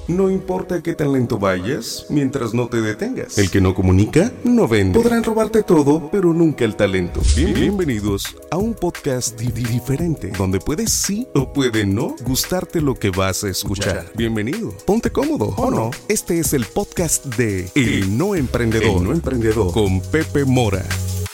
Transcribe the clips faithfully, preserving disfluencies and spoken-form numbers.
No importa qué tan lento vayas, mientras no te detengas. El que no comunica, no vende. Podrán robarte todo, pero nunca el talento. Bien, bienvenidos a un podcast di- di- diferente, donde puede sí o puede no gustarte lo que vas a escuchar. Bienvenido. Ponte cómodo, ¿o no? Este es el podcast de El No Emprendedor, El No Emprendedor, con Pepe Mora.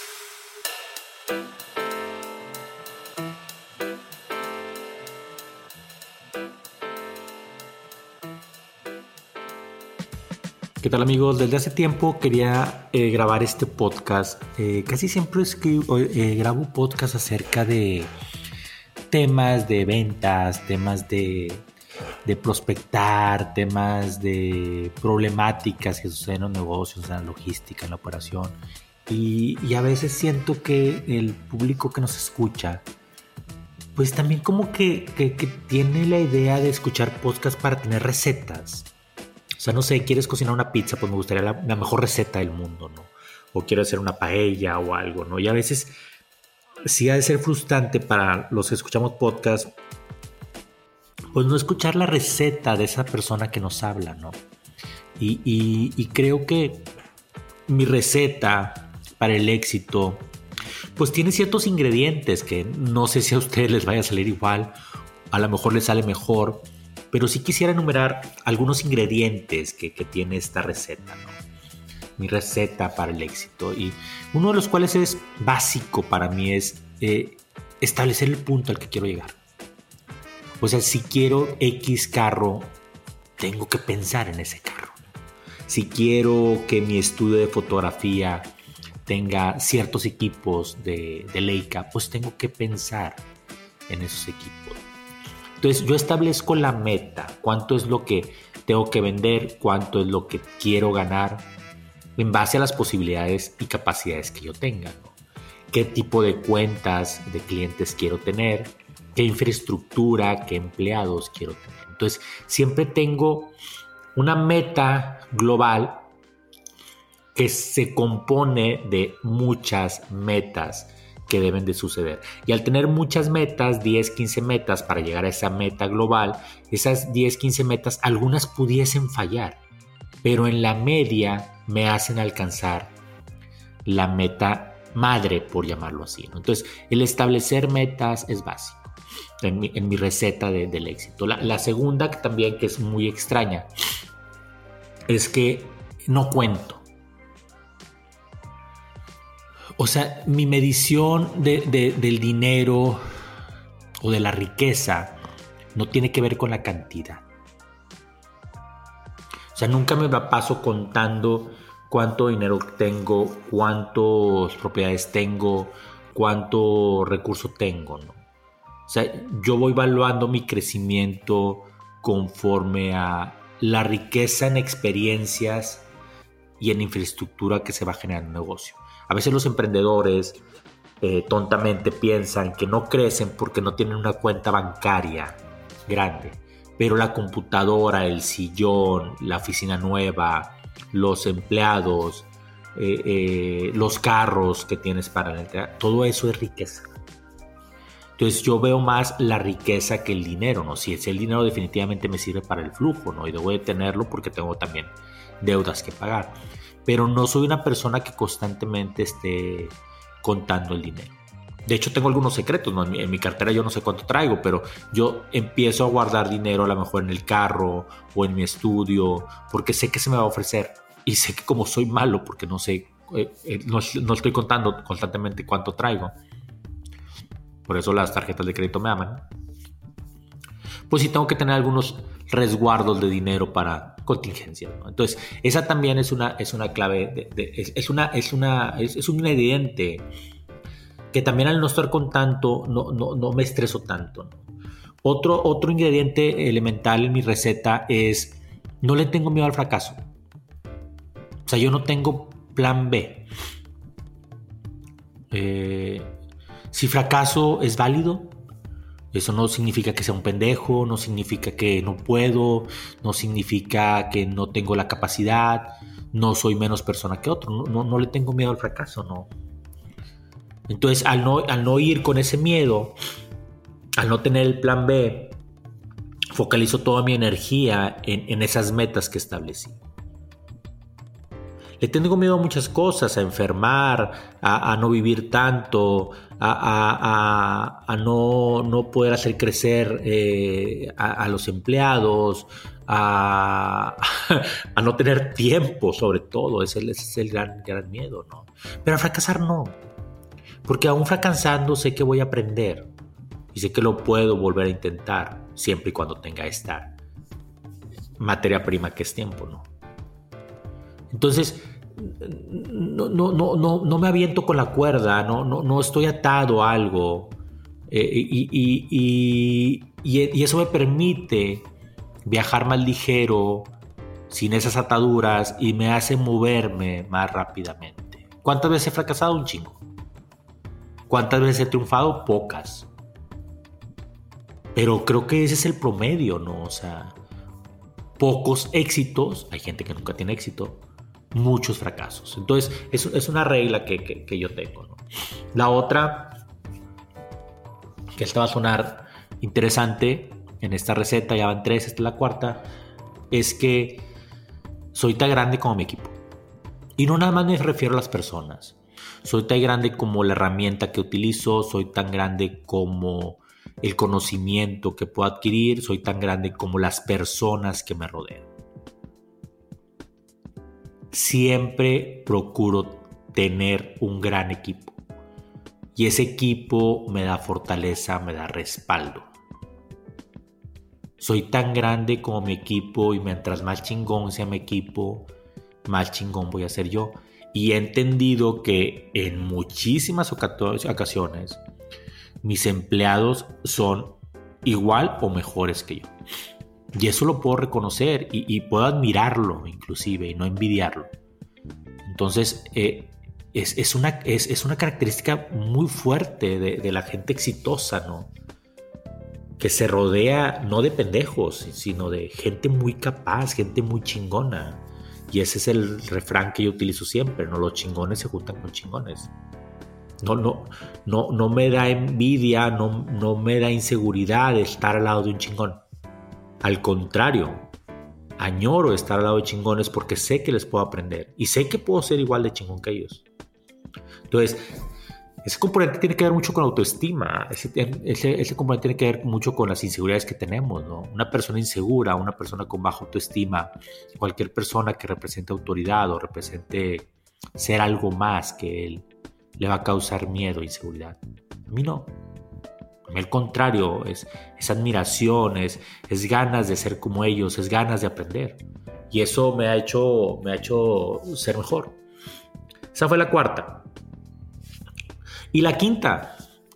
¿Qué tal, amigos? Desde hace tiempo quería eh, grabar este podcast. Eh, casi siempre escribo, eh, grabo podcast acerca de temas de ventas, temas de, de prospectar, temas de problemáticas que suceden en los negocios, en la logística, en la operación. Y, y a veces siento que el público que nos escucha, pues también como que, que, que tiene la idea de escuchar podcasts para tener recetas. O sea, no sé, quieres cocinar una pizza, pues me gustaría la, la mejor receta del mundo, ¿no? O quiero hacer una paella o algo, ¿no? Y a veces sí ha de ser frustrante para los que escuchamos podcast, pues no escuchar la receta de esa persona que nos habla, ¿no? Y, y, y creo que mi receta para el éxito, pues tiene ciertos ingredientes que no sé si a ustedes les vaya a salir igual, a lo mejor les sale mejor, pero sí quisiera enumerar algunos ingredientes que, que tiene esta receta, ¿no? Mi receta para el éxito. Y uno de los cuales es básico para mí es eh, establecer el punto al que quiero llegar. O sea, si quiero X carro, tengo que pensar en ese carro. Si quiero que mi estudio de fotografía tenga ciertos equipos de, de Leica, pues tengo que pensar en esos equipos. Entonces yo establezco la meta, cuánto es lo que tengo que vender, cuánto es lo que quiero ganar, en base a las posibilidades y capacidades que yo tenga, ¿no? Qué tipo de cuentas de clientes quiero tener, qué infraestructura, qué empleados quiero tener. Entonces siempre tengo una meta global que se compone de muchas metas que deben de suceder. Y al tener muchas metas, diez, quince metas para llegar a esa meta global, esas diez, quince metas, algunas pudiesen fallar, pero en la media me hacen alcanzar la meta madre, por llamarlo así, ¿no? Entonces, el establecer metas es básico en mi, en mi receta de, del éxito. La, la segunda, que también que es muy extraña, es que no cuento. O sea, mi medición de, de, del dinero o de la riqueza no tiene que ver con la cantidad. O sea, nunca me la paso contando cuánto dinero tengo, cuántas propiedades tengo, cuánto recurso tengo, ¿no? O sea, yo voy evaluando mi crecimiento conforme a la riqueza en experiencias y en infraestructura que se va a generar en un negocio. A veces los emprendedores eh, tontamente piensan que no crecen porque no tienen una cuenta bancaria grande, pero la computadora, el sillón, la oficina nueva, los empleados, eh, eh, los carros que tienes para la entrega, todo eso es riqueza. Entonces yo veo más la riqueza que el dinero, ¿no? Si es el dinero, definitivamente me sirve para el flujo, ¿no? Y debo de tenerlo porque tengo también deudas que pagar. Pero no soy una persona que constantemente esté contando el dinero. De hecho, tengo algunos secretos, ¿no? En mi, en mi cartera yo no sé cuánto traigo, pero yo empiezo a guardar dinero a lo mejor en el carro o en mi estudio, porque sé que se me va a ofrecer. Y sé que como soy malo, porque no sé, eh, eh, no, no estoy contando constantemente cuánto traigo. Por eso las tarjetas de crédito me aman. Pues sí tengo que tener algunos resguardos de dinero para contingencias, ¿no? Entonces esa también es una, es una clave, de, de, es, es, una, es, una, es, es un ingrediente que también al no estar con tanto no, no, no me estreso tanto, ¿no? Otro, otro ingrediente elemental en mi receta es no le tengo miedo al fracaso. O sea, yo no tengo plan B. Eh, si fracaso es válido, eso no significa que sea un pendejo, no significa que no puedo, no significa que no tengo la capacidad, no soy menos persona que otro, no, no, no le tengo miedo al fracaso, no. Entonces, al no, al no ir con ese miedo, al no tener el plan B, focalizo toda mi energía en, en esas metas que establecí. Le tengo miedo a muchas cosas, a enfermar, a, a no vivir tanto, a, a, a, a no, no poder hacer crecer eh, a, a los empleados, a, a no tener tiempo, sobre todo. Ese, ese es el gran, gran miedo, ¿no? Pero a fracasar no, porque aún fracasando sé que voy a aprender y sé que lo puedo volver a intentar siempre y cuando tenga esta materia prima que es tiempo, ¿no? Entonces, no, no, no, no, no me aviento con la cuerda, no, no, no estoy atado a algo. Eh, y, y, y, y, y eso me permite viajar más ligero, sin esas ataduras, y me hace moverme más rápidamente. ¿Cuántas veces he fracasado? Un chingo. ¿Cuántas veces he triunfado? Pocas. Pero creo que ese es el promedio, ¿no? O sea, pocos éxitos, hay gente que nunca tiene éxito, muchos fracasos. Entonces, eso es una regla que, que, que yo tengo, ¿no? La otra, que esta va a sonar interesante en esta receta, ya van tres, esta es la cuarta, es que soy tan grande como mi equipo. Y no nada más me refiero a las personas. Soy tan grande como la herramienta que utilizo, soy tan grande como el conocimiento que puedo adquirir, soy tan grande como las personas que me rodean. Siempre procuro tener un gran equipo y ese equipo me da fortaleza, me da respaldo. Soy tan grande como mi equipo y mientras más chingón sea mi equipo, más chingón voy a ser yo. Y he entendido que en muchísimas ocasiones mis empleados son igual o mejores que yo. Y eso lo puedo reconocer y, y puedo admirarlo inclusive y no envidiarlo. Entonces eh, es, es, una, es, es una característica muy fuerte de, de la gente exitosa, ¿no? Que se rodea no de pendejos, sino de gente muy capaz, gente muy chingona. Y ese es el refrán que yo utilizo siempre, ¿no? Los chingones se juntan con chingones. No, no, no, no me da envidia, no, no me da inseguridad estar al lado de un chingón. Al contrario, añoro estar al lado de chingones porque sé que les puedo aprender y sé que puedo ser igual de chingón que ellos. Entonces, ese componente tiene que ver mucho con la autoestima, ese, ese, ese componente tiene que ver mucho con las inseguridades que tenemos, ¿no? Una persona insegura, una persona con baja autoestima, cualquier persona que represente autoridad o represente ser algo más que él, le va a causar miedo e inseguridad. A mí no. A mí al contrario, es, es admiración, es, es ganas de ser como ellos, es ganas de aprender. Y eso me ha hecho, me ha hecho ser mejor. Esa fue la cuarta. Y la quinta.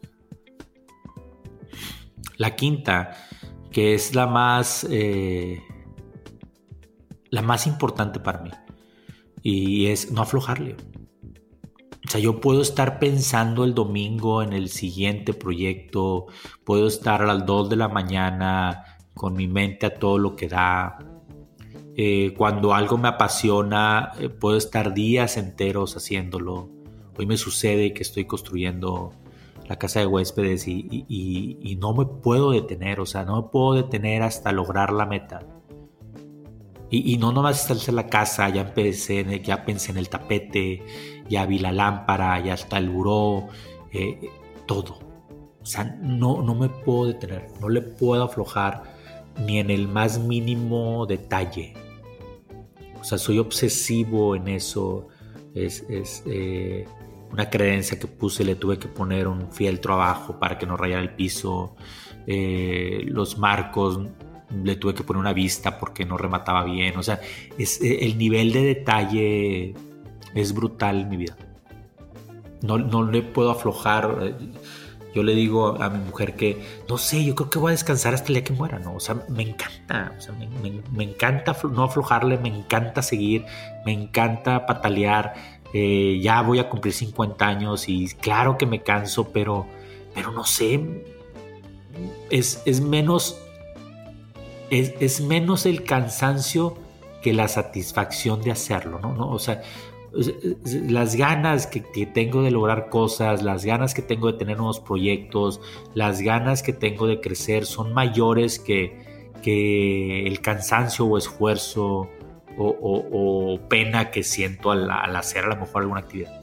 La quinta, que es la más, eh, la más importante para mí. Y es no aflojarle. O sea, yo puedo estar pensando el domingo en el siguiente proyecto, puedo estar a las dos de la mañana con mi mente a todo lo que da. Eh, cuando algo me apasiona, eh, puedo estar días enteros haciéndolo. Hoy me sucede que estoy construyendo la casa de huéspedes y, y, y, y no me puedo detener, o sea, no me puedo detener hasta lograr la meta. Y, y no nomás estarse en la casa, ya empecé, ya pensé en el tapete, ya vi la lámpara, ya está el buró, eh, todo. O sea, no, no me puedo detener, no le puedo aflojar ni en el más mínimo detalle. O sea, soy obsesivo en eso. Es, es eh, una creencia que puse, le tuve que poner un fieltro abajo para que no rayara el piso. Eh, los marcos le tuve que poner una vista porque no remataba bien. O sea, es, el nivel de detalle es brutal en mi vida. No, no le puedo aflojar. Yo le digo a mi mujer que, no sé, yo creo que voy a descansar hasta el día que muera, ¿no? O sea, me encanta, o sea, me, me, me encanta no aflojarle, me encanta seguir, me encanta patalear. Eh, ya voy a cumplir cincuenta años y claro que me canso, pero, pero no sé, es, es menos, es, es menos el cansancio que la satisfacción de hacerlo, ¿no? ¿No? O sea, las ganas que, que tengo de lograr cosas, las ganas que tengo de tener nuevos proyectos, las ganas que tengo de crecer son mayores que, que el cansancio o esfuerzo o, o, o pena que siento al, al hacer a lo mejor alguna actividad.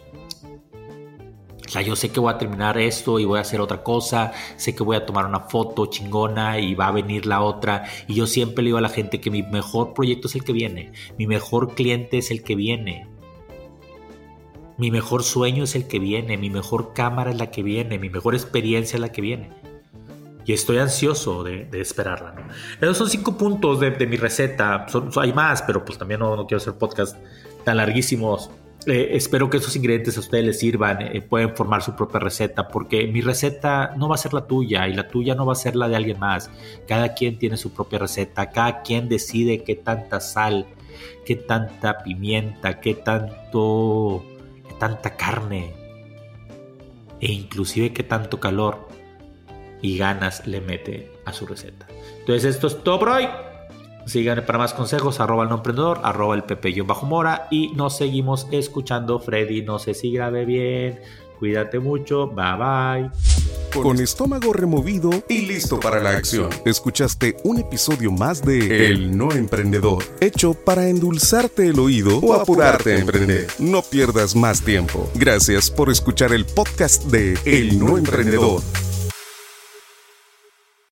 O sea, yo sé que voy a terminar esto y voy a hacer otra cosa, sé que voy a tomar una foto chingona y va a venir la otra, y yo siempre le digo a la gente que mi mejor proyecto es el que viene, mi mejor cliente es el que viene, mi mejor sueño es el que viene, mi mejor cámara es la que viene, mi mejor experiencia es la que viene. Y estoy ansioso de, de esperarla, ¿no? Esos son cinco puntos de, de mi receta. Son, son, hay más, pero pues también no, no quiero hacer podcast tan larguísimos. Eh, espero que esos ingredientes a ustedes les sirvan, eh, pueden formar su propia receta, porque mi receta no va a ser la tuya y la tuya no va a ser la de alguien más. Cada quien tiene su propia receta, cada quien decide qué tanta sal, qué tanta pimienta, qué tanto, qué tanta carne e inclusive qué tanto calor y ganas le mete a su receta. Entonces esto es todo por hoy. Síganme para más consejos, arroba el no emprendedor, arroba el pepe-mora, y nos seguimos escuchando. Freddy, no sé si grabé bien, cuídate mucho, bye bye. Con estómago removido y listo para la acción. Escuchaste un episodio más de El No Emprendedor, hecho para endulzarte el oído o apurarte a emprender. No pierdas más tiempo. Gracias por escuchar el podcast de El No Emprendedor.